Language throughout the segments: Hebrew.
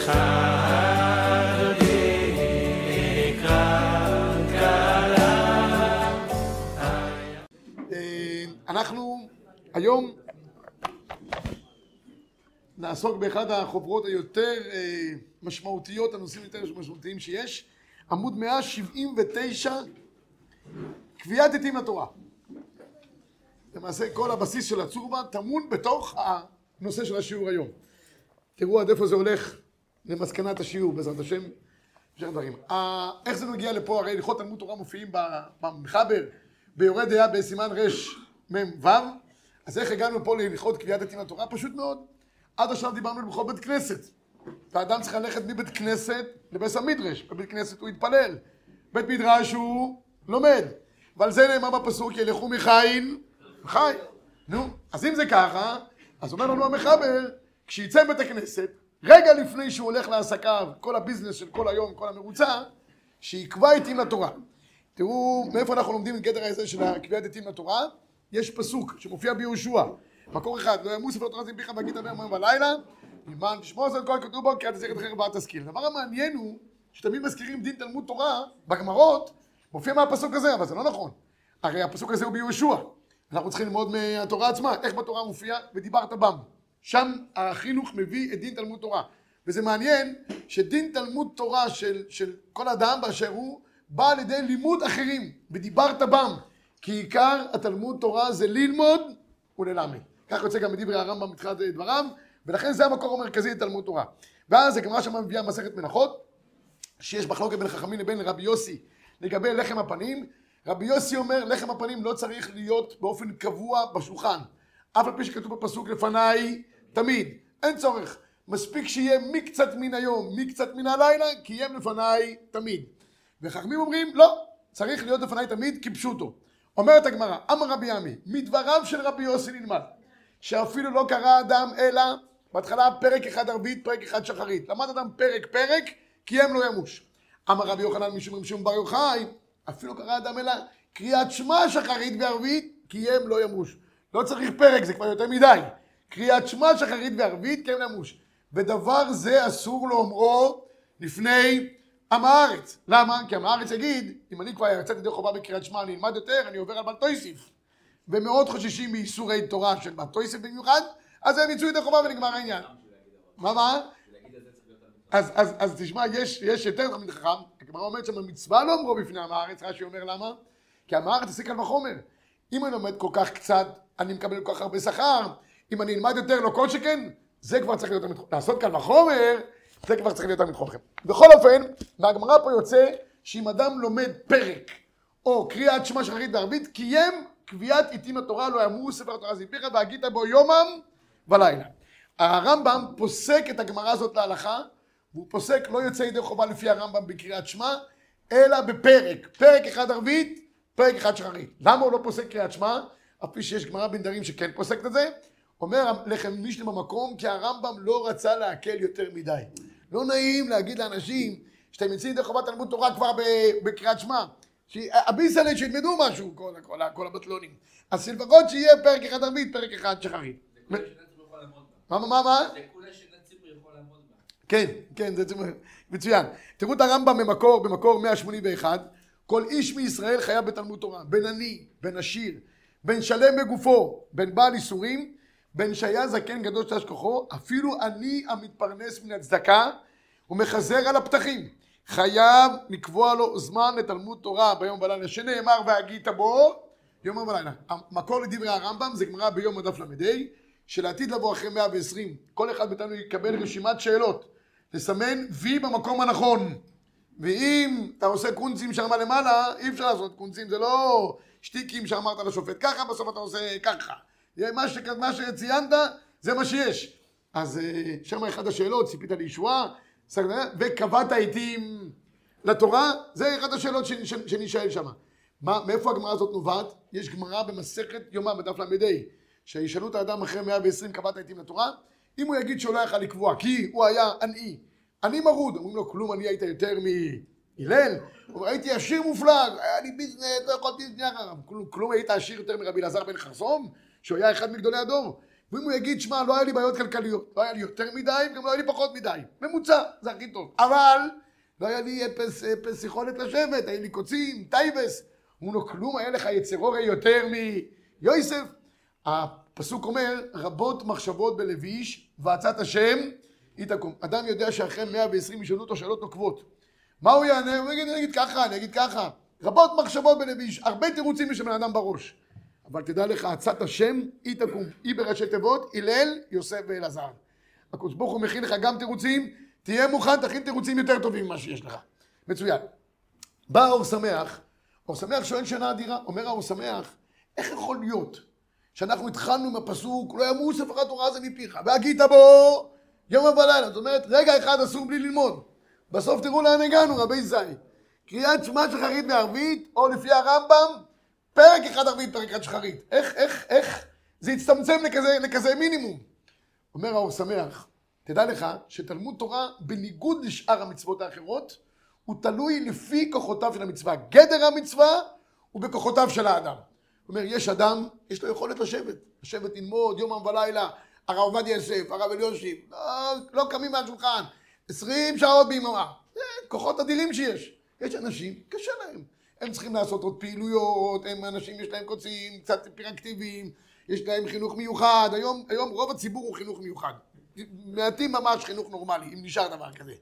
אנחנו היום נעסוק באחד החוברות היותר משמעותיות, הנושאים יותר משמעותיים שיש, עמוד 179, קביעת עתים לתורה. למעשה כל הבסיס של הצורבה טמון בתוך הנושא של השיעור היום. תראו עד איפה זה הולך למסקנת השיעור בעזרת השם. איך זה מגיע לפה? הרי הלכות תלמוד תורה מופיעים במחבר, ביורה דעה בסימן רמ"ו. אז איך הגענו פה להלכות קביעת עתים לתורה? פשוט מאוד. עד עכשיו דיברנו על בכל בית כנסת. והאדם צריך ללכת מבית כנסת לבית המדרש. בבית כנסת הוא יתפלל. בית מדרש הוא לומד. ועל זה נאמר בפסוק, ילכו מחיל חי. נו, אז אם זה ככה, אז אומר לנו המחבר, כשיצא בית הכנסת, רגע לפני שהוא הולך לעסקיו, כל הביזנס של כל היום, כל המרוצה, שיקבע עתים לתורה. תראו מאיפה אנחנו לומדים את גדר הזה של קביעת עתים לתורה. יש פסוק שמופיע ביהושע, מקור אחד, לא ימוס ספר תורה זמפיך והגית דבר יום ולילה, למען תשמור את כל כתוב בו, כי אל תזכר את אחר ואל תשכיל. הדבר המעניין הוא שתמיד מזכירים דין תלמוד תורה, בגמרות, מופיע מהפסוק הזה, אבל זה לא נכון. הרי הפסוק הזה הוא ביהושע. אנחנו צריכים ללמוד מהתורה עצמה, איך בתורה מופיע, ודיברת בם. שם החינוך מביא את דין תלמוד תורה. וזה מעניין שדין תלמוד תורה של כל אדם באשר הוא, בא על ידי לימוד אחרים, ודיברת בם. כי עיקר התלמוד תורה זה ללמוד וללמד. כך יוצא גם מדברי הרמב"ם בתחילת דבריו, ולכן זה המקור המרכזי לתלמוד תורה. ואז הגמרא שם מביאה מסכת מנחות, שיש מחלוקת בין חכמים לבין רבי יוסי לגבי לחם הפנים. רבי יוסי אומר, לחם הפנים לא צריך להיות באופן קבוע בשולחן. אף על פי שכתוב בפסוק לפניי תמיד. אין צורך. מספיק שיהיה מקצת מן היום, מקצת מן הלילה, כי יהיה לפניי תמיד. וחכמים אומרים, לא, צריך להיות לפניי תמיד כפשוטו. אומרת הגמרא, אמר רבי עמי, מדבריו של רבי יוסי נלמד, שאפילו לא קרא אדם אלא, בהתחלה פרק אחד ערבית, פרק אחד שחרית. למד אדם פרק, קיים לא ימוש. אמר רבי יוחנן משום בר יוחאי, אפילו קרא אדם אלא, קריאת שמע שחרית וערבית, קיים לא ימוש. לא צריך פרק, זה כבר יותר מדי. קריאת שמע שחרית וערבית, קיים לא ימוש. ודבר זה אסור לאומרו לפני עם הארץ. למה? כי עם הארץ יגיד, אם אני כבר יצאתי ידי חובה בקריאת שמע, אני אלמד יותר, אני עובר על בל תוסיף. ומאוד חוששים מאיסורי תורה של בל תוסיף במיוחד, אז הם יצאו ידי חובה ונגמר העניין. מה? אז תשמע, יש יותר תלמיד חכם, הגמרא אומרת שהמצווה לא אומרו בפני עם הארץ, רש"י אומר למה? כי עם הארץ עושה קל וחומר. אם אני לומד כל כך קצת, אני מקבל כל כך הרבה שכר, אם אני אלמד יותר לא כל שכן, זה כבר צריך להיות לעשות קל וחומר, זה כבר צריך להיות תלמיד חכם. בכל אופן, מהגמרא פה יוצא שאם אדם לומד פרק או קריאת שמע שחרית וערבית, קיים קביעת עתים לתורה, לא יאמרו ספר תורה זמפיך והגית בו יומם ולילה. הרמב"ם פוסק את הגמרא הזאת להלכה, והוא פוסק לא יוצא ידי חובה לפי הרמב"ם בקריאת שמע, אלא בפרק. פרק אחד ערבית, פרק אחד שחרית. למה הוא לא פוסק קריאת שמע? אף פי שיש גמרא בנדרים שכן פוסקת את זה. אומר לחם משנה במקום, כי הרמב"ם לא רצה להקל יותר מדי. לא נעים להגיד לאנשים שאתם יוצאים ידי חובת תלמוד תורה כבר בקריאת שמע. הביסלת שילמדו משהו, כל הבטלונים. אז לפחות שיהיה פרק אחד ערבית, פרק אחד שחרית. זה כולה שנציב יכול לעמוד בה. מה? זה כולה שנציב יכול לעמוד בה. כן, זה מצוין. תראו את הרמב"ם במקור 181, כל איש מישראל חייב בתלמוד תורה, בין עני, בין עשיר, בין שלם בגופו, בין בעל איסורים, בין שהיה זקן גדול שתש כוחו, אפילו אני המתפרנס מן הצדקה, ומחזר על הפתחים. חייב לקבוע לו זמן לתלמוד תורה ביום ולילה, שנאמר והגית בו יום ולילה. המקור לדברי הרמב"ם זה גמרא ביום הדף למדי, שלעתיד לבוא אחרי 120, כל אחד מאיתנו יקבל רשימת שאלות, לסמן וי במקום הנכון. ואם אתה עושה קונצים שם למעלה, אי אפשר לעשות קונצים, זה לא שטיקים שאמרת לשופט ככה, בסוף אתה עושה ככה. מה שציינת, זה מה שיש. אז שם אחד השאלות, ציפית לישועה, וקבעת עתים לתורה, זה אחד השאלות שנשאל שם. מאיפה הגמרא הזאת נובעת? יש גמרא במסכת יומא בדף למדי, שישאלו את האדם אחרי 120 קבעת עתים לתורה, אם הוא יגיד שהוא לא יכל לקבוע, כי הוא היה עני מרוד, אומרים לו כלום, אני היית יותר מהלל, הוא אומר, הייתי עשיר מופלג, היה לי ביזנס, לא יכולתי להזניח הרב, כלום היית עשיר יותר מרבי אלעזר בן חרסום, שהוא היה אחד מגדולי הדור, ואם הוא יגיד, שמע, לא היה לי בעיות כלכליות, לא היה לי יותר מדי, וגם לא היה לי פחות מדי. ממוצע, זה הכי טוב. אבל לא היה לי אפס יכולת לשבת, היה לי קוצים, טייבס. הוא לא כלום, היה לך יצרור יותר מיוסף. הפסוק אומר, רבות מחשבות בלב איש, ועצת השם היא תקום. אדם יודע שאחרי 120 ישאלו אותו שאלות נוקבות. מה הוא יענה? הוא יגיד, אני אגיד ככה. רבות מחשבות בלב איש, הרבה תירוצים יש לבן אדם בראש. אבל תדע לך, עצת השם היא תקום. היא בראשי תיבות, הלל, יוסף ואלעזר. הקדוש ברוך הוא מכין לך גם תירוצים, תהיה מוכן, תכין תירוצים יותר טובים ממה שיש לך. מצוין. בא אור שמח, אור שמח שואל שאלה אדירה, אומר האור שמח, איך יכול להיות שאנחנו התחלנו עם הפסוק, לא ימוש ספר התורה הזה מפיך, והגית בו יום ובלילה. זאת אומרת, רגע אחד אסור בלי ללמוד. בסוף תראו לאן הגענו, רבי זי. קריאת שמע שחרית וערבית, או לפי הרמב"ם, פרק אחד ערבית, פרק אחד שחרית. איך זה הצטמצם לכזה מינימום? אומר האור שמח, תדע לך שתלמוד תורה, בניגוד לשאר המצוות האחרות, הוא תלוי לפי כוחותיו של המצווה. גדר המצווה הוא בכוחותיו של האדם. הוא אומר, יש אדם, יש לו יכולת לשבת ללמוד יומם ולילה, הרב עובדיה יוסף, הרב אלישיב, לא קמים מהשולחן, 20 שעות ביממה. זה כוחות אדירים שיש. יש אנשים, קשה להם. הם צריכים לעשות עוד פעילויות, הם אנשים, יש להם קוצים, קצת היפראקטיביים, יש להם חינוך מיוחד. היום רוב הציבור הוא חינוך מיוחד. מעטים ממש חינוך נורמלי, אם נשאר דבר כזה.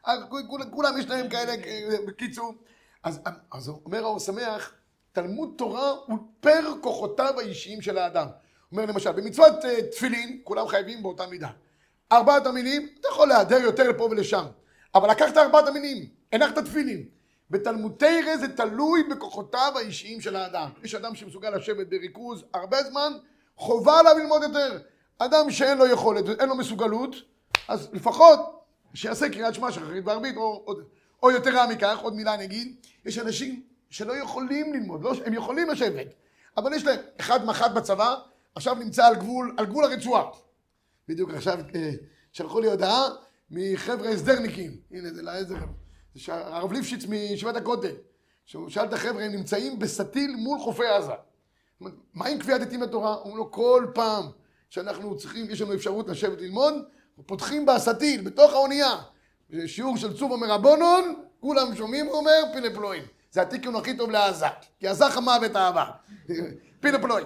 כולם יש להם כאלה, בקיצור. אז אומר האור שמח, תלמוד תורה הוא פר כוחותיו האישיים של האדם. הוא אומר למשל, במצוות תפילין, כולם חייבים באותה מידה. 4 המינים, אתה יכול להיעדר יותר לפה ולשם. אבל לקחת 4 המינים, הנחת תפילין. בתלמוד תורה זה תלוי בכוחותיו האישיים של האדם. יש אדם שמסוגל לשבת בריכוז הרבה זמן, חובה עליו ללמוד יותר. אדם שאין לו יכולת ואין לו מסוגלות, אז לפחות שיעשה קריאת שמע שחרית וערבית, או יותר רע מכך, עוד מילה נגיד, יש אנשים שלא יכולים ללמוד, הם יכולים לשבת, אבל יש להם אחד מח"ט בצבא, עכשיו נמצא על גבול הרצועה. בדיוק עכשיו שלחו לי הודעה מחבר'ה הסדרניקים, הנה זה לעזר, הרב ליפשיץ מישיבת הכותל, שהוא שאל את החבר'ה, הם נמצאים בסטיל מול חופי עזה. מה עם קביעת עתים לתורה? הוא אומר לו, כל פעם שאנחנו צריכים, יש לנו אפשרות לשבת ללמוד, פותחים בסטיל, בתוך האונייה, שיעור של צובה מרבונון, כולם שומעים, הוא אומר, פילה פלואים. זה התיקון הכי טוב לעזה, כי עזה חמה ואת אהבה. פילה פלואים.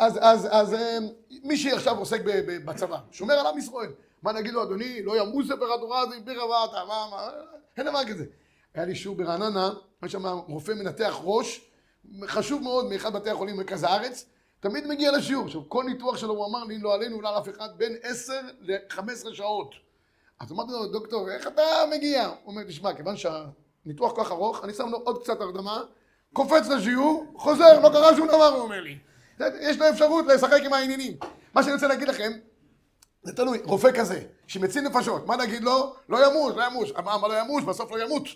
אז מי שעכשיו עוסק בצבא, שומר על עם ישראל. מה נגיד לו, אדוני, לא ימוש ספר התורה הזה, בלי רבת, אין דבר כזה. היה לי שיעור ברעננה, היה שם רופא מנתח ראש, חשוב מאוד מאחד בתי החולים במרכז הארץ, תמיד מגיע לשיעור. עכשיו, כל ניתוח שלו הוא אמר לי, לא עלינו, לא על אף אחד, בין 10 ל-15 שעות. אז אמרתי לו, דוקטור, איך אתה מגיע? הוא אומר, תשמע, כיוון שהניתוח כל כך ארוך, אני שם לו עוד קצת הרדמה, קופץ לשיעור, חוזר, לא קרה שום דבר, הוא אומר לי. יש לו אפשרות לשחק עם העניינים. מה שאני רוצה להגיד לכם, זה תלוי, רופא כזה, שמציל נפשות, מה נגיד לו? לא ימוש. מה לא ימוש? בסוף לא ימות.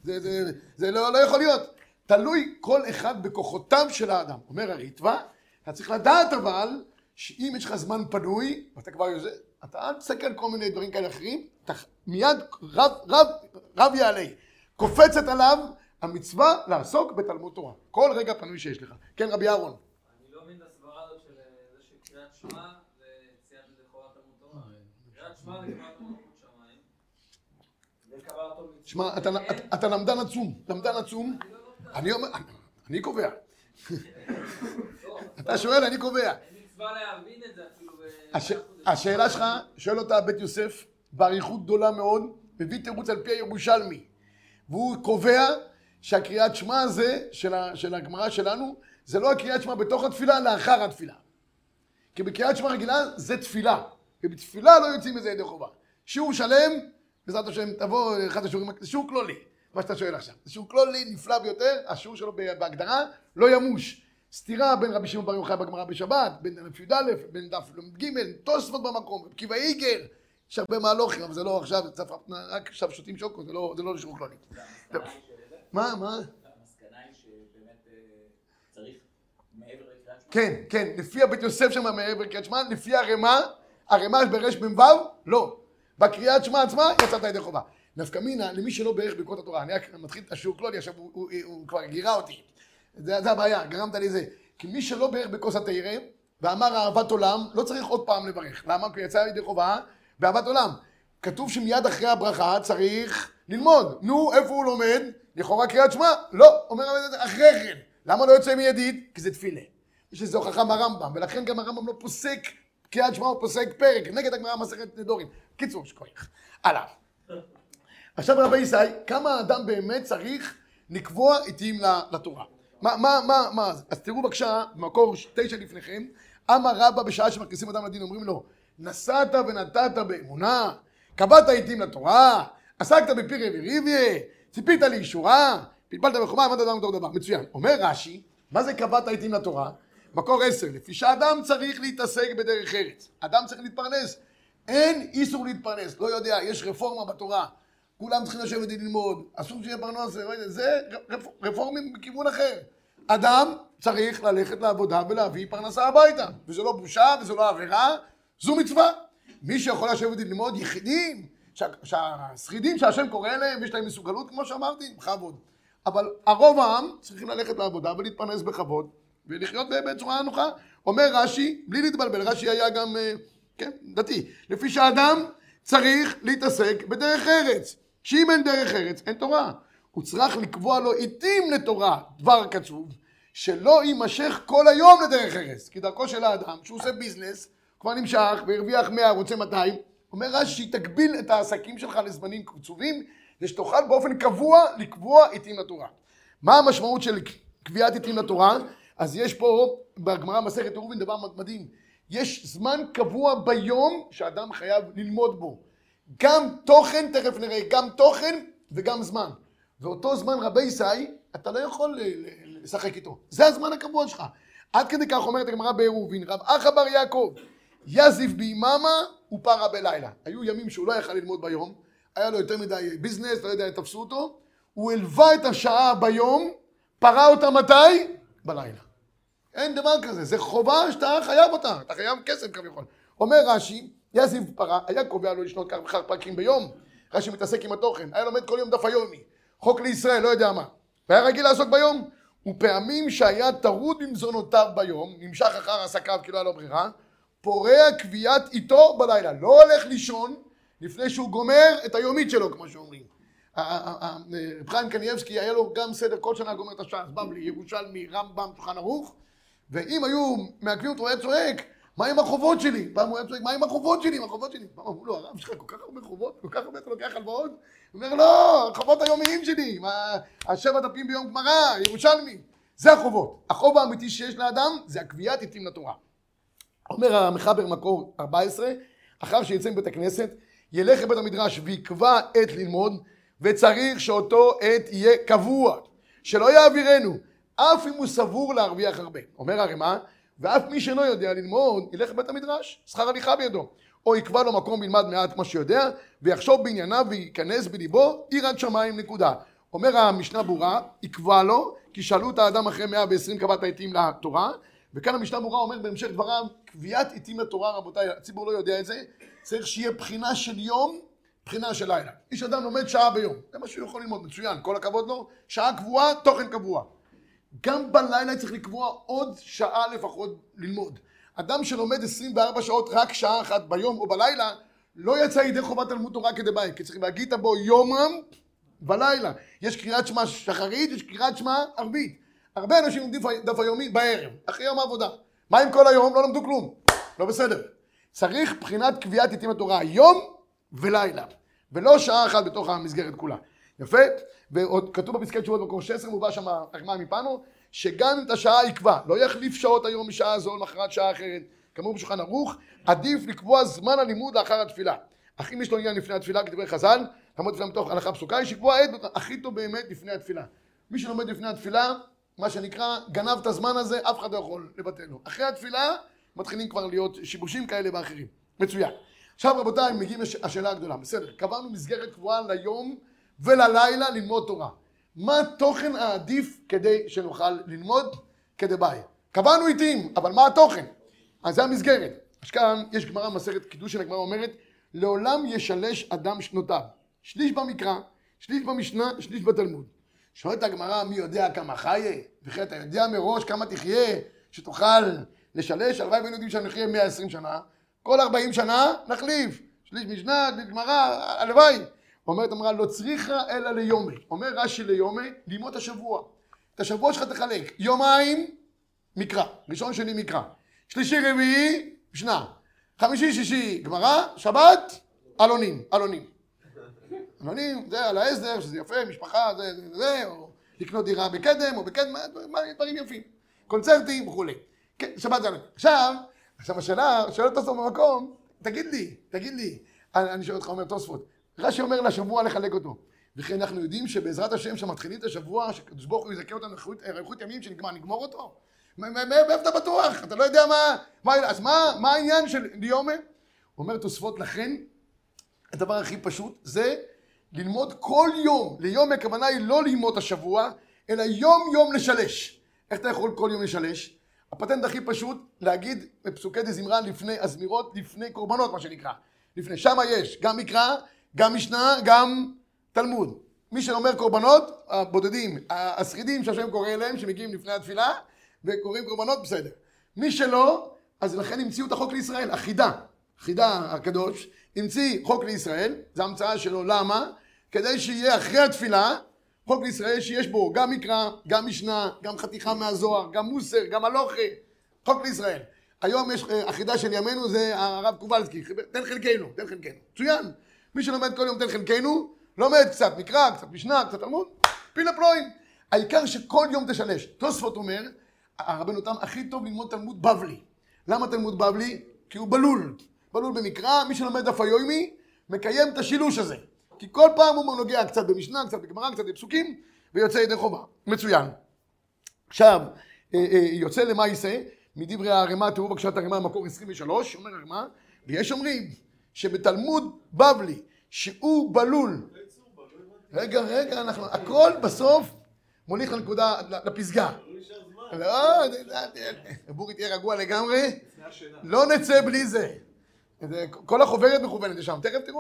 זה לא יכול להיות. תלוי כל אחד בכוחותיו של האדם. אומר הריטב"א, אתה צריך לדעת אבל, שאם יש לך זמן פנוי, ואתה כבר יוזר, אתה אל תסתכל כל מיני דברים כאלה אחרים, אתה מיד רב יעלה. קופצת עליו המצווה לעסוק בתלמוד תורה. כל רגע פנוי שיש לך. כן, רבי אהרון. אני לא מבין את הסברה הזאת של זה שקריאת שמע וציית לחובת תלמוד תורה. קריאת שמע וקבלת מלכות שמיים. וקבלת מצוות. שמע, אתה למדן עצום. אני קובע. אתה שואל, אני קובע. אין מצווה להבין את זה אפילו. השאלה שלך, שואל אותה בית יוסף, בעריכות גדולה מאוד, מביא תירוץ על פי הירושלמי. והוא קובע שהקריאת שמע הזה, של הגמרא שלנו, זה לא הקריאת שמע בתוך התפילה, לאחר התפילה. כי בקריאת שמע רגילה זה תפילה. ובתפילה לא יוצאים מזה ידי חובה. שיעור שלם, בעזרת השם תבוא אחד השיעורים, זה שיעור כלולי, מה שאתה שואל עכשיו. זה שיעור כלולי, נפלא ביותר, השיעור שלו בהגדרה לא ימוש. סתירה בין רבי שמעון בר יוחאי בגמרא בשבת, בין דף י"א, בין דף ג', תוספות במקום, עקיבא איגר, יש הרבה מהלוכים, אבל זה לא עכשיו, רק עכשיו שותים שוקו, זה לא לשיעור כללי. מה? המסקנה היא שבאמת צריך מעבר לקריאת שמע? כן, לפי הבית יוסף שם מעבר לקריאת שמע, לפי הרמ"א ברש במ"ו, לא. בקריאת שמע עצמה יצאת ידי חובה. נפקא מינה, למי שלא בערך ברכות התורה, אני מתחיל את השיעור כללי, עכשיו הוא כבר גירה אותי. זה הבעיה, גרמת לי זה. כי מי שלא בערך בכוס התורה, ואמר אהבת עולם, לא צריך עוד פעם לברך. למה? כי יצא ידי חובה באהבת עולם. כתוב שמיד אחרי הברכה צריך ללמוד. נו, איפה הוא לומד? לכאורה קריאת שמע? לא, אומר אחרי כן. למה לא יוצא מיידית? כי זה תפילה. יש איזו הוכחה מהרמב"ם, ולכן גם הרמב"ם לא פוסק קריאת שמע, הוא פוסק פרק, נגד הגמרא מסכת נדורים. קיצור, שכוח. הלאה. עכשיו רבי ישי, כמה אדם באמת צריך לקבוע עתים לתורה? מה? אז תראו בבקשה, במקור 9 לפניכם, אמר רבא בשעה שמכניסים אדם לדין, אומרים לו, נסעת ונתת באמונה, קבעת עתים לתורה, עסקת בפירי וריביה, ציפית לאישורה, פלפלת בחומה, עמדת אדם אותו דבר. מצוין. אומר רש"י, מה זה קבעת עתים לתורה? מקור 10, לפי שאדם צריך להתעסק בדרך ארץ, אדם צריך להתפרנס, אין איסור להתפרנס, לא יודע, יש רפורמה בתורה, כולם צריכים לשבת ללמוד, אסור שיהיה פרנס, זה רפורמים בכיוון אחר. אדם צריך ללכת לעבודה ולהביא פרנסה הביתה, וזה לא בושה וזה לא עבירה, זו מצווה. מי שיכול לשבת ללמוד, יחידים, שהשרידים שהשם קורא להם, יש להם מסוגלות, כמו שאמרתי, בכבוד. אבל הרוב העם צריכים ללכת לעבודה ולהתפרנס בכבוד, ולחיות בצורה נוחה. אומר רש"י, בלי להתבלבל, רש"י היה גם, כן, דתי, לפי שאדם צריך להתעסק בדרך ארץ, שאם אין דרך ארץ, אין תורה. הוא צריך לקבוע לו עתים לתורה, דבר קצוב, שלא יימשך כל היום לדרך ארץ. כי דרכו של האדם, שהוא עושה ביזנס, כבר נמשך והרוויח 100, רוצה 200, אומר רש"י, תגביל את העסקים שלך לזמנים קצובים, ושתוכל באופן קבוע לקבוע עתים לתורה. מה המשמעות של קביעת עתים לתורה? אז יש פה בגמרא מסכת עירובין דבר מדהים. יש זמן קבוע ביום שאדם חייב ללמוד בו. גם תוכן, תכף נראה, גם תוכן וגם זמן. ואותו זמן רבי ישי, אתה לא יכול לשחק איתו. זה הזמן הקבוע שלך. עד כדי כך אומרת הגמרא בעירובין, רב אחא בר יעקב, יזיף ביממה ופרה בלילה. היו ימים שהוא לא יכל ללמוד ביום, היה לו יותר מדי ביזנס, לא יודע, תפסו אותו, הוא הלווה את השעה ביום, פרה אותה מתי? בלילה. אין דבר כזה, זה חובה שאתה חייב אותה, אתה חייב כסף כביכול. אומר רש"י, יזיף פרה, היה קובע לו לשנות כך וכך פרקים ביום, רש"י מתעסק עם התוכן, היה לומד כל יום דף היומי, חוק לישראל, לא יודע מה, והיה רגיל לעסוק ביום, ופעמים שהיה טרוד במזונותיו ביום, נמשך אחר עסקיו כי לא היה לו ברירה, פורע קביעת איתו בלילה, לא הולך לישון לפני שהוא גומר את היומית שלו, כמו שאומרים. רב חיים קניאבסקי היה לו גם סדר, כל שנה גומר את השעה, אז בבלי, ירושלמי, רמב"ם, שולחן ערוך, ואם היו מעכבים אותו, הוא היה צועק, מה עם החובות שלי? פעם הוא היה צועק, מה עם החובות שלי? פעם אמרו לו, הרב שלך כל כך הרבה חובות, כל כך הרבה אתה לוקח הלוואות? הוא אומר, לא, החובות היומיים שלי, 7 דפים ביום גמרא, ירושלמי. זה החובות. החוב האמיתי שיש לאדם, זה הקביעת עתים לתורה. אומר המחבר מקור 14, אחר שיצא מבית הכנסת, ילך לבית המדרש ויקבע עת ללמוד, וצריך שאותו עת יהיה קבוע, שלא יעבירנו, אף אם הוא סבור להרוויח הרבה. אומר הרמ"א, ואף מי שאינו יודע ללמוד, ילך לבית המדרש, שכר הליכה בידו, או יקבע לו מקום וילמד מעט כמו שיודע, ויחשוב בענייניו וייכנס בליבו יראת שמיים נקודה. אומר המשנה ברורה, יקבע לו, כי שאלו את האדם אחרי 120 קבעת עתים לתורה, וכאן המשנה ברורה אומר בהמשך דבריו, קביעת עתים לתורה, רבותיי, הציבור לא יודע את זה, צריך שיהיה בחינה של יום, בחינה של לילה. איש אדם לומד שעה ביום, זה מה שהוא יכול ללמוד, מצוין, כל הכבוד לו, שעה קבועה, תוכן קבוע. גם בלילה צריך לקבוע עוד שעה לפחות ללמוד. אדם שלומד 24 שעות רק שעה אחת ביום או בלילה, לא יצא ידי חובת תלמוד תורה כדבעי, כי צריך להגיד בו יומם בלילה. יש קריאת שמע שחרית, יש קריאת שמע ערבית. הרבה אנשים לומדים דף היומי בערב, אחרי יום העבודה. מה עם כל היום? לא למדו כלום. לא בסדר. צריך בחינת קביעת עתים לתורה יום ולילה, ולא שעה אחת בתוך המסגרת כולה. יפה? ועוד כתוב בפסקי תשובות מקור 16, מובא שם הגמרא מפנו, שגם את השעה יקבע, לא יחליף שעות היום משעה זו למחרת שעה אחרת, כאמור בשולחן ערוך, עדיף לקבוע זמן הלימוד לאחר התפילה. אך אם יש לו עניין לפני התפילה, כדברי חז"ל, לעמוד תפילה מתוך הלכה פסוקה, יש לקבוע עת הכי טוב באמת לפני התפילה. מי שלומד לפני התפילה, מה שנקרא, גנב את הזמן הזה, אף אחד לא יכול לבטל לו. אחרי התפילה, מתחילים כבר להיות שיבושים כאלה ואחרים. מצוין. עכשיו רבותיי, מגיעים השאלה הגדולה. בסדר, קבענו מסגרת קבועה ליום וללילה ללמוד תורה. מה התוכן העדיף כדי שנוכל ללמוד כדבעי? קבענו עתים, אבל מה התוכן? אז זה המסגרת. אז כאן יש גמרא מסכת קידושין, הגמרא אומרת, לעולם ישלש אדם שנותיו. שליש במקרא, שליש במשנה, שליש בתלמוד. שואלת הגמרא, מי יודע כמה חיה? וכי אתה יודע מראש כמה תחיה, שתוכל לשלש, הלוואי והיינו יודעים שנחיה 120 שנה, כל 40 שנה נחליף, שליש משנה, גמרא, הלוואי. אומרת אמרה, לא צריכה אלא ליומי. אומר רש"י ליומי, לימוד את השבוע. את השבוע שלך תחלק, יומיים מקרא, ראשון שני מקרא, שלישי רביעי משנה, חמישי שישי גמרא, שבת אלונים, אלונים. אלונים, זה על ההסדר, שזה יפה, משפחה, זה, או לקנות דירה בקדם, או בקדם, דברים יפים. קונצרטים וכו'. כן, שבת זה אלונים. עכשיו השאלה, שואל תוספות במקום, תגיד לי, אני שואל אותך, אומר תוספות, רש"י אומר לשבוע לחלק אותו. וכן אנחנו יודעים שבעזרת השם שמתחילים את השבוע, שקדוש ברוך הוא יזכה אותנו אריכות ימים שנגמור אותו. מאיפה אתה בטוח? אתה לא יודע אז מה העניין של ליומי? אומר תוספות, לכן הדבר הכי פשוט זה ללמוד כל יום. ליומי הכוונה היא לא ללמוד את השבוע, אלא יום יום לשלש. איך אתה יכול כל יום לשלש? הפטנט הכי פשוט להגיד בפסוקי דזמרה לפני הזמירות, לפני קורבנות מה שנקרא. לפני שמה יש גם מקרא, גם משנה, גם תלמוד. מי שאומר קורבנות, הבודדים, השרידים שהשם קורא אליהם, שמגיעים לפני התפילה, וקוראים קורבנות, בסדר. מי שלא, אז לכן המציאו את החוק לישראל, החידה הקדוש, המציא חוק לישראל, זו המצאה שלו, למה? כדי שיהיה אחרי התפילה, חוק לישראל שיש בו גם מקרא, גם משנה, גם חתיכה מהזוהר, גם מוסר, גם הלוכה, חוק לישראל. היום יש החידה של ימינו, זה הרב קובלסקי, תן חלקנו, מצוין. מי שלומד כל יום תן חלקנו, לומד קצת מקרא, קצת משנה, קצת תלמוד, פיל הפלואים. העיקר שכל יום תשלש. תוספות אומר, הרבנו תם הכי טוב ללמוד תלמוד בבלי. למה תלמוד בבלי? כי הוא בלול. בלול במקרא, מי שלומד דף היומי, מקיים את השילוש הזה. כי כל פעם הוא נוגע קצת במשנה, קצת בגמרא, קצת בפסוקים, ויוצא ידי חובה. מצוין. עכשיו, יוצא למה יישא? מדברי הרמ"א, תראו בבקשה את הרמ"א, מקור 23, אומר הרמ"א, ויש אומרים שבתלמוד בבלי, שהוא בלול. רגע, אנחנו, הכל בסוף מוליך לנקודה, לפסגה. לא, בורי תהיה רגוע לגמרי, לא נצא בלי זה. כל החוברת מכוונת לשם, תכף תראו,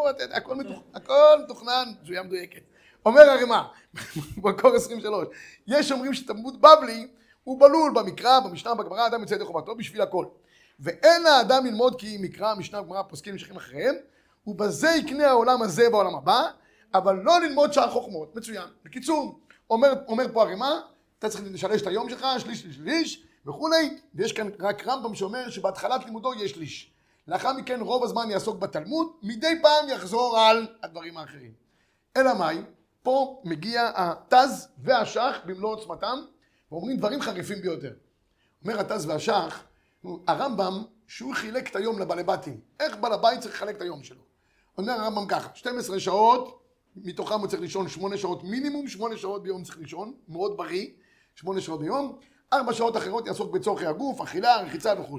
הכל מתוכנן, זויה מדויקת. אומר הרמ"א, מקור 23, יש אומרים שתלמוד בבלי, הוא בלול במקרא, במשנה, בגמרא, אדם יוצא ידי חובתו בשביל הכל. ואין לאדם ללמוד כי מקרא, משנה, בגמרא, פוסקים נמשכים אחריהם, ובזה יקנה העולם הזה בעולם הבא, אבל לא ללמוד שער חוכמות. מצוין. בקיצור, אומר פה הרמ"א, אתה צריך לשלש את היום שלך, שליש, וכולי, ויש כאן רק רמב"ם שאומר שבהתחלת לימודו יש שליש. לאחר מכן רוב הזמן יעסוק בתלמוד, מדי פעם יחזור על הדברים האחרים. אלא מאי, פה מגיע התז והשח במלוא עוצמתם, ואומרים דברים חריפים ביותר. אומר התז והשח, הרמב"ם, שהוא חילק את היום לבעלי בתים. איך בעל הבית צריך לחלק את היום שלו? אומר הרמב"ם ככה, 12 שעות, מתוכם הוא צריך לישון 8 שעות מינימום, 8 שעות ביום צריך לישון, מאוד בריא, 8 שעות ביום, 4 שעות אחרות יעסוק בצורכי הגוף, אכילה, רחיצה וכו'.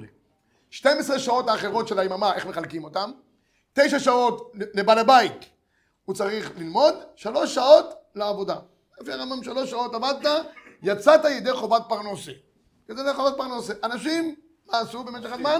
12 שעות האחרות של היממה, איך מחלקים אותם? 9 שעות לבעל הבית, הוא צריך ללמוד, 3 שעות לעבודה. לפי הרמב"ם 3 שעות עבדת, יצאת ידי חובת פרנסה. ידי חובת פרנסה. אנשים, מה עשו במשך הזמן?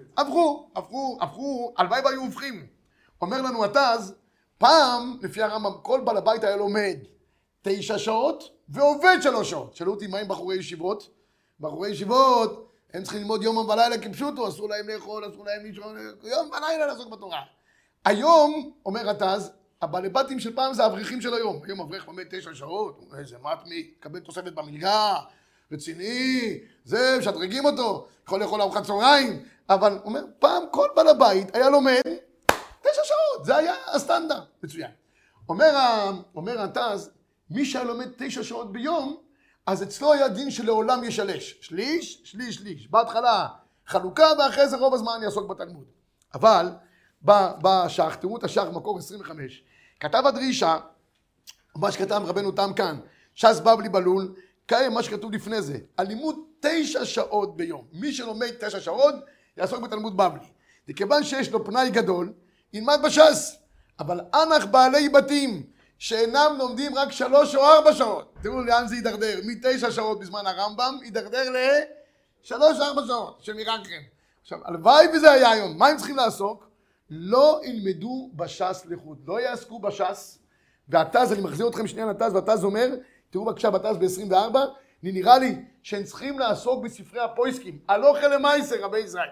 הפכו, הלוואי והיו הופכים. אומר לנו התז, פעם, לפי הרמב"ם, כל בעל הבית היה לומד 9 שעות ועובד 3 שעות. שאלו אותי מה עם בחורי ישיבות? בחורי ישיבות, הם צריכים ללמוד יום ולילה כפשוטו, אסור להם לאכול, אסור להם לישון, יום ולילה לעסוק בתורה. היום, אומר התז, הבעלי בתים של פעם זה האברכים של היום. היום אברך לומד 9 שעות, איזה מתמי, קבל תוספת במלגה, רציני, זה, משדרגים אותו, יכול לאכול ארוחת צהריים, אבל אומר, פעם כל בעל הבית היה לומד 9 שעות, זה היה הסטנדרט. מצוין. אומר התז, מי שהיה לומד 9 שעות ביום, אז אצלו היה דין שלעולם ישלש. שליש. בהתחלה חלוקה, ואחרי זה רוב הזמן יעסוק בתלמוד. אבל בשח, תראו את השח, מקור 25, כתב הדרישה, מה שכתב רבנו תם כאן, ש"ס בבלי בלול, קיים מה שכתוב לפני זה, הלימוד 9 שעות ביום. מי שלומד 9 שעות, יעסוק בתלמוד בבלי. וכיוון שיש לו פנאי גדול, ילמד בש"ס. אבל אנח בעלי בתים, שאינם לומדים רק 3 או 4 שעות. תראו לאן זה יידרדר, מ9 שעות בזמן הרמב"ם, יידרדר ל3-4 שעות, שמירנכם. עכשיו, הלוואי וזה היה היום, מה הם צריכים לעסוק? לא ילמדו בש"ס לחוד, לא יעסקו בש"ס, והתז, אני מחזיר אתכם שנייה לתז, והתז אומר, תראו בבקשה בתז ב-24, נראה לי שהם צריכים לעסוק בספרי הפויסקים, הלוכה למעשה רבי ישראל.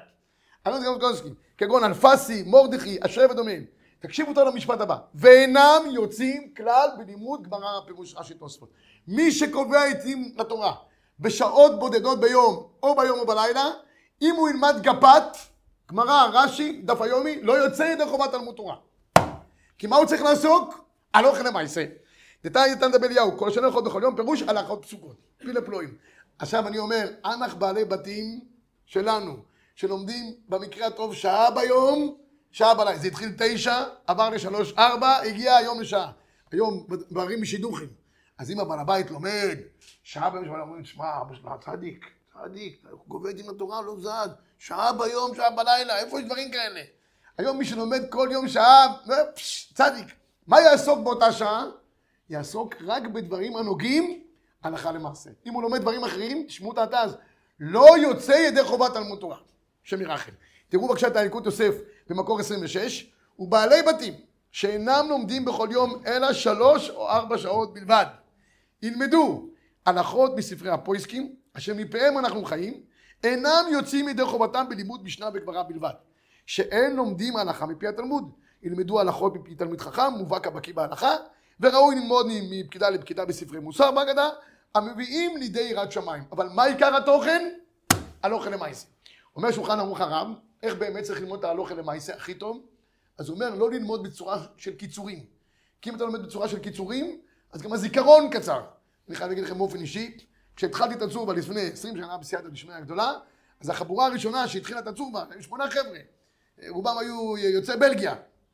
כגון אלפסי, מורדכי, אשרי ודומיהם. תקשיבו אותו למשפט הבא. ואינם יוצאים כלל בלימוד גמרא פירוש רש"י תוספות. מי שקובע עתים לתורה בשעות בודדות ביום, או ביום או בלילה, אם הוא ילמד גפת, גמרא, רש"י, דף היומי, לא יוצא ידי חובת תלמוד תורה. כי מה הוא צריך לעסוק? הלוכה למעשה. דתניא דבי אליהו, כל שנה בכל יום, פירוש הלכות פסוקות. פילה פלואים. עכשיו אני אומר, אנחנו בעלי בתים שלנו, שלומדים במקרה הטוב שעה ביום, שעה בלילה. זה התחיל 9, עבר ל3, 4, הגיע היום לשעה. היום דברים משידוכים. אז אם הבעל הבית לומד, שעה ביום שבלילה, אומרים, שמע, אבא שלך צדיק, הוא גובה דין לתורה, לא זד. שעה ביום, שעה בלילה, איפה יש דברים כאלה? היום מי שלומד כל יום שעה, צדיק. מה יעסוק באותה שעה? יעסוק רק בדברים הנוגעים הלכה למעשה. אם הוא לומד דברים אחרים, תשמעו את אז, לא יוצא ידי חובת תלמוד תורה. שם ירחם. תראו בבקשה את הילקוט יוסף במקור 26, ובעלי בתים שאינם לומדים בכל יום אלא 3 או 4 שעות בלבד, ילמדו הלכות מספרי הפויסקים, אשר מפיהם אנחנו חיים, אינם יוצאים ידי חובתם בלימוד משנה וגמרא בלבד. שאין לומדים הלכה מפי התלמוד, ילמדו הלכות מפי תלמיד חכם, מובהק הבקיא בהלכה, וראוי ללמוד מפקידה לפקידה בספרי מוסר בהגדה, המביאים לידי יראת שמיים. אבל מה עיקר התוכן? הלוכה למעשה. אומר שולחן ערוך הרב, איך באמת צריך ללמוד את ההלוכה למעשה הכי טוב? אז הוא אומר לא ללמוד בצורה של קיצורים. כי אם אתה לומד בצורה של קיצורים, אז גם הזיכרון קצר. אני חייב להגיד לכם באופן אישי, כשהתחלתי את הצורבה לפני 20 שנה בסייעתא דשמיא הגדולה, אז החבורה הראשונה שהתחילה את הצורבה, היו 8 חבר'ה. רובם היו יוצאי בלגיה.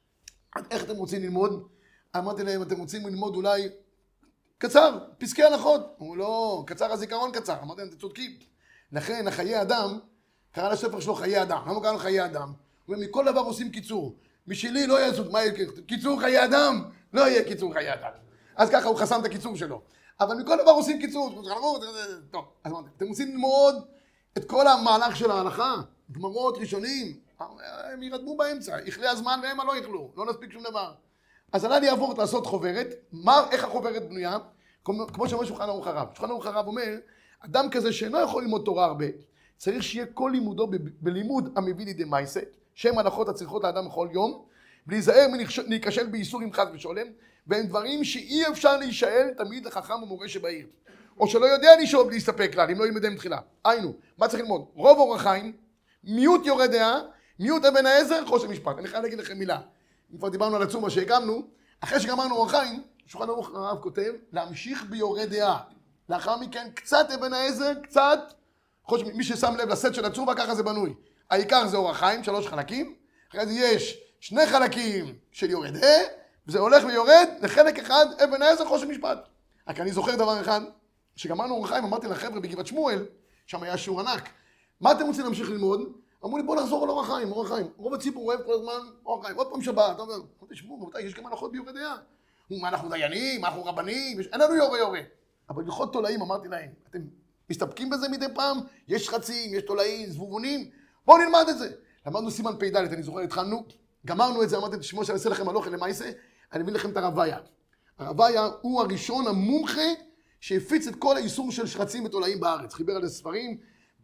איך אתם רוצים ללמוד? אמרתי להם, אתם רוצים ללמוד אולי קצר, פסקי הלכות. אמרו לא, קצר הזיכרון קצר. אמרתי להם, אתם צודקים. לכן, החיי אדם, קרא לספר שלו חיי אדם. למה קרא לו חיי אדם? הוא אומר, מכל דבר עושים קיצור. משלי לא יעשו, מה יהיה קיצור חיי אדם? לא יהיה קיצור חיי אדם. אז ככה הוא חסם את הקיצור שלו. אבל מכל דבר עושים קיצור. טוב, אז אמרתי, אתם רוצים ללמוד את כל המהלך של ההלכה, גמרות ראשונים, הם ירדמו באמצע, יכלה הזמן והם לא יכלו, לא נספיק שום דבר. אז עלה לי עבור לעשות חוברת, איך החוברת בנויה? כמו שאומר שולחן ערוך הרב. שולחן ערוך הרב אומר, אדם כזה שאינו יכול ללמוד תורה הרבה, צריך שיהיה כל לימודו בלימוד המביא לידי מעשה, שהם הלכות הצריכות לאדם בכל יום, ולהיזהר מלהיכשל באיסורים חס ושלום, והם דברים שאי אפשר להישאל תמיד לחכם ומורה שבעיר. או שלא יודע לשאול ולהסתפק כלל, אם לא ילמדם תחילה. היינו, מה צריך ללמוד? רוב אורח חיים, מיעוט יורה דעה, מיעוט אבן העזר, חושן משפט. אני חייב להגיד לכם מילה. אם כבר דיברנו על הצורבה שהקמנו, אחרי שגמרנו אורח חיים, שולחן ערוך הרב כותב, להמשיך ביורה דעה. לאחר מכן, קצת אבן העזר, קצת, מי ששם לב לסט של הצורבה, ככה זה בנוי. העיקר זה אורח חיים, 3 חלקים. אחרי זה יש 2 חלקים של יורה דעה, וזה הולך ויורד לחלק אחד, אבן העזר, חושן משפט. רק אני זוכר דבר אחד, שגמרנו אורח חיים, אמרתי לחבר'ה בגבעת שמואל, שם היה שיעור ענק. מה אתם רוצים להמשיך ללמוד? אמרו לי, בוא נחזור על אורח חיים, אורח חיים. רוב הציבור אוהב כל הזמן אורח חיים. עוד פעם שבת. אמרתי, שמעו, יש גם הלכות ביורה דעה. מה, אנחנו דיינים? מה, אנחנו רבנים? אין לנו יורה. אבל הלכות תולעים, אמרתי להם, אתם מסתפקים בזה מדי פעם? יש חצים, יש תולעים, זבובונים. בואו נלמד את זה. למדנו סימן פ"ד, אני זוכר, התחלנו, גמרנו את זה, אמרתי, תשמעו שאני אעשה לכם הלוכה למעשה, אני אביא לכם את הרוויה. הרוויה הוא הראשון המומחה שהפיץ את כל האיסור של שרצים ותולעים בארץ. חיבר על ספרים,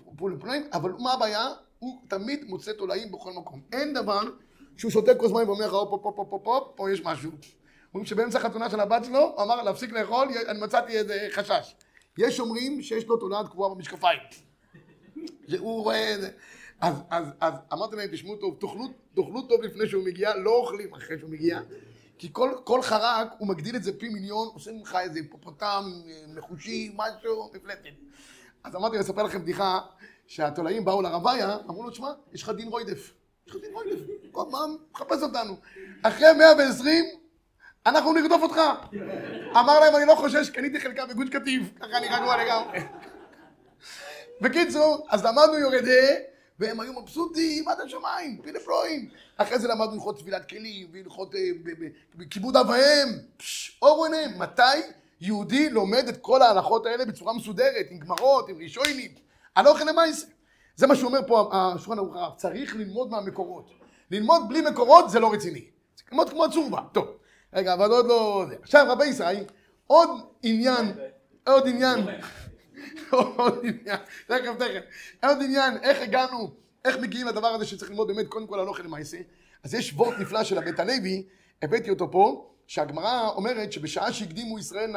אבל מה הבעיה? הוא תמיד מוצא תולעים בכל מקום. אין דבר שהוא שותה כוס מים ואומר לך, פה יש משהו. אומרים שבאמצע החתונה של הבת שלו, הוא אמר להפסיק לאכול, אני מצאתי איזה חשש. יש אומרים שיש לו תולעת קבועה במשקפיים. שהוא רואה את זה. אז אמרתי להם, תשמעו טוב, תאכלו טוב לפני שהוא מגיע, לא אוכלים אחרי שהוא מגיע. כי כל חרק הוא מגדיל את זה פי מיליון, עושה ממך איזה היפופוטם, מחושי, משהו, מפלטת. אז אמרתי לספר לכם בדיחה, שהתולעים באו לרוויה, אמרו לו, תשמע, יש לך דין רוידף. יש לך דין רוידף. כל פעם מחפש אותנו. אחרי 120, אנחנו נרדוף אותך. אמר להם, אני לא חושש, קניתי חלקה בגוש קטיף. ככה אני רגוע לגמרי. בקיצור, אז למדנו יורה דעה, והם היו מבסוטים, עד השמיים, פילה פלואים. אחרי זה למדנו הלכות טבילת כלים, והלכות בכיבוד אב ואם. אור עיניהם. מתי יהודי לומד את כל ההלכות האלה בצורה מסודרת, עם גמרות, עם רישוינים? הלוכה למעשה. זה מה שאומר פה השולחן ערוך הרב. צריך ללמוד מהמקורות. ללמוד בלי מקורות זה לא רציני. צריך ללמוד כמו הצורבה. טוב. רגע, אבל עוד לא... עכשיו, רבי ישראל, עוד עניין, עוד עניין, תכף. עוד עניין, איך הגענו, איך מגיעים לדבר הזה שצריך ללמוד באמת קודם כל הלכה למעשה. אז יש וורט נפלא של הבית הלוי, הבאתי אותו פה, שהגמרא אומרת שבשעה שהקדימו ישראל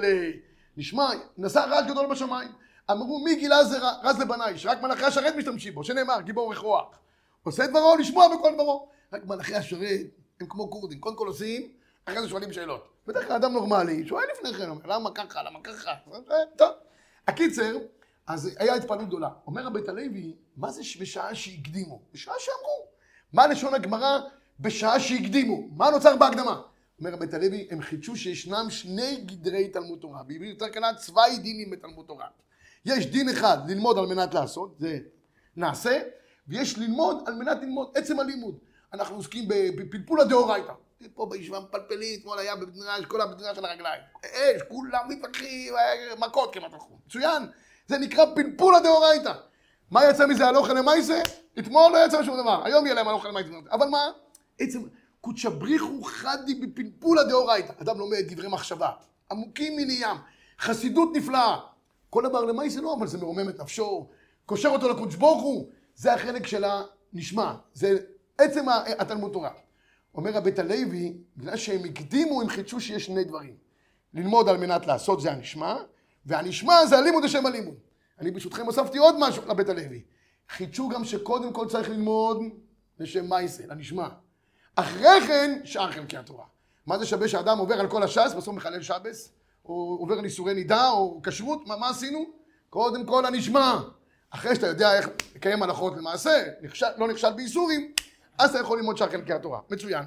נעשה רעש גדול בשמיים. אמרו מי גילה זה רז לבניי, שרק מלאכי השרת משתמשים בו, שנאמר גיבור וכוח. עושה דברו, לשמוע בכל דברו. רק מלאכי השרת הם כמו קורדים, קודם כל עושים, אחרי זה שואלים שאלות. בדרך כלל אדם נורמלי, שואל לפני כן, אומר, למה ככה? טוב. הקיצר, אז היה התפעלות גדולה. אומר הבית הלוי, מה זה בשעה שהקדימו? בשעה שאמרו. מה לשון הגמרא בשעה שהקדימו? מה נוצר בהקדמה? אומר הבית הלוי, הם חידשו שישנם שני גדרי תלמוד תורה. בעברית יותר קלה, צווי דינים בתלמוד תורה. יש דין אחד ללמוד על מנת לעשות, זה נעשה, ויש ללמוד על מנת ללמוד, עצם הלימוד. אנחנו עוסקים בפלפול הדאורייתא. פה בישיבה מפלפלית, אתמול היה בבדנרש, כל הבדנרש של הרגליים. כולם מתווכחים, מכות כמעט הלכו. מצוין, זה נקרא פלפול הדאורייתא. מה יצא מזה הלכה למעשה? אתמול לא יצא שום דבר, היום יהיה להם הלכה למעשה. אבל מה? עצם, קודשא בריחו חדי בפלפול הדאורייתא. אדם לומד דברי מחשבה, עמוקים מניים, חסידות נפלאה. כל דבר למעשה לא, אבל זה מרומם את נפשו, קושר אותו לקודש ברוך הוא. זה החלק של הנשמע, זה עצם התלמוד תורה. אומר הבית הלוי, בגלל שהם הקדימו, הם חידשו שיש שני דברים. ללמוד על מנת לעשות זה הנשמע, והנשמע זה הלימוד לשם הלימוד. אני ברשותכם הוספתי עוד משהו לבית הלוי. חידשו גם שקודם כל צריך ללמוד לשם מייסה, לנשמע. אחרי כן, שאר חלקי התורה. מה זה שווה שאדם עובר על כל הש"ס, בסוף מחלל שבס, או עובר ניסורי נידה, או כשרות, מה עשינו? קודם כל הנשמע. אחרי שאתה יודע איך לקיים הלכות למעשה, לא נכשל באיסורים, אז אתה יכול ללמוד שאר חלקי התורה. מצוין.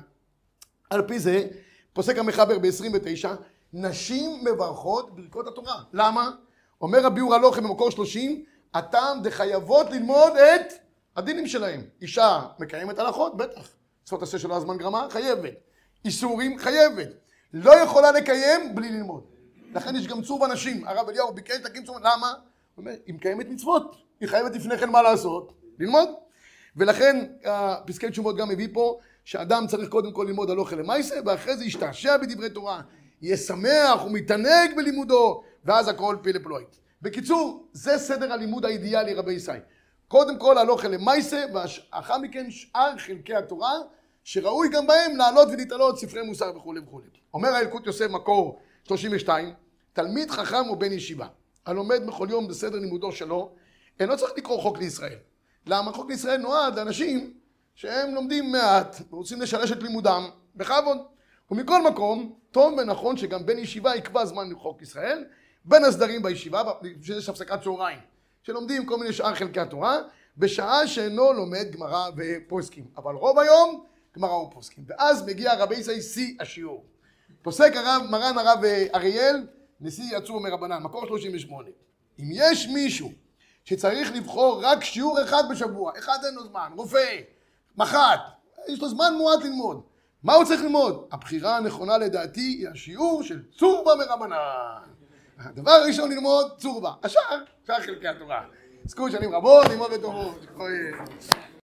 על פי זה, פוסק המחבר ב-29, נשים מברכות ברכות התורה. למה? אומר הביאור הלכה במקור 30, הטעם דחייבות ללמוד את הדינים שלהם. אישה מקיימת הלכות, בטח. צפות עשה שלא הזמן גרמה, חייבת. איסורים, חייבת. לא יכולה לקיים בלי ללמוד. לכן יש גם צור בנשים. הרב אליהו ביקש תקים צור. למה? הוא אומר, היא מקיימת מצוות. היא חייבת לפני כן מה לעשות? ללמוד. ולכן פסקי תשובות גם מביא פה שאדם צריך קודם כל ללמוד הלכה למעשה, ואחרי זה ישתעשע בדברי תורה, יהיה שמח ומתענג בלימודו, ואז הכל פילה פלואי. בקיצור, זה סדר הלימוד האידיאלי רבי ישראל. קודם כל הלכה למעשה, ואחר מכן שאר חלקי התורה, שראוי גם בהם לעלות ולהתעלות ספרי מוסר וכו' וכו'. אומר האלקוט יוסף מקור 32, תלמיד חכם ובן ישיבה, הלומד בכל יום בסדר לימודו שלו, אינו צריך לקרוא חוק לישראל. למה? חוק לישראל נועד לאנשים שהם לומדים מעט ורוצים לשלש את לימודם בכבוד. ומכל מקום, טוב ונכון שגם בן ישיבה יקבע זמן לחוק ישראל, בין הסדרים בישיבה, שיש הפסקת צהריים, שלומדים כל מיני שאר חלקי התורה, בשעה שאינו לומד גמרא ופוסקים. אבל רוב היום, גמרא ופוסקים. ואז מגיע רבי ישראל שיא השיעור. פוסק מרן הרב אריאל, נשיא עצוב מרבנן, מקור 38. אם יש מישהו שצריך לבחור רק שיעור אחד בשבוע, אחד אין לו זמן, רופא, מח"ט, יש לו זמן מועט ללמוד. מה הוא צריך ללמוד? הבחירה הנכונה לדעתי היא השיעור של צורבה מרבנן. הדבר הראשון ללמוד צורבה, השאר חלקי התורה. עסקו שנים רבות, ללמוד וטובות.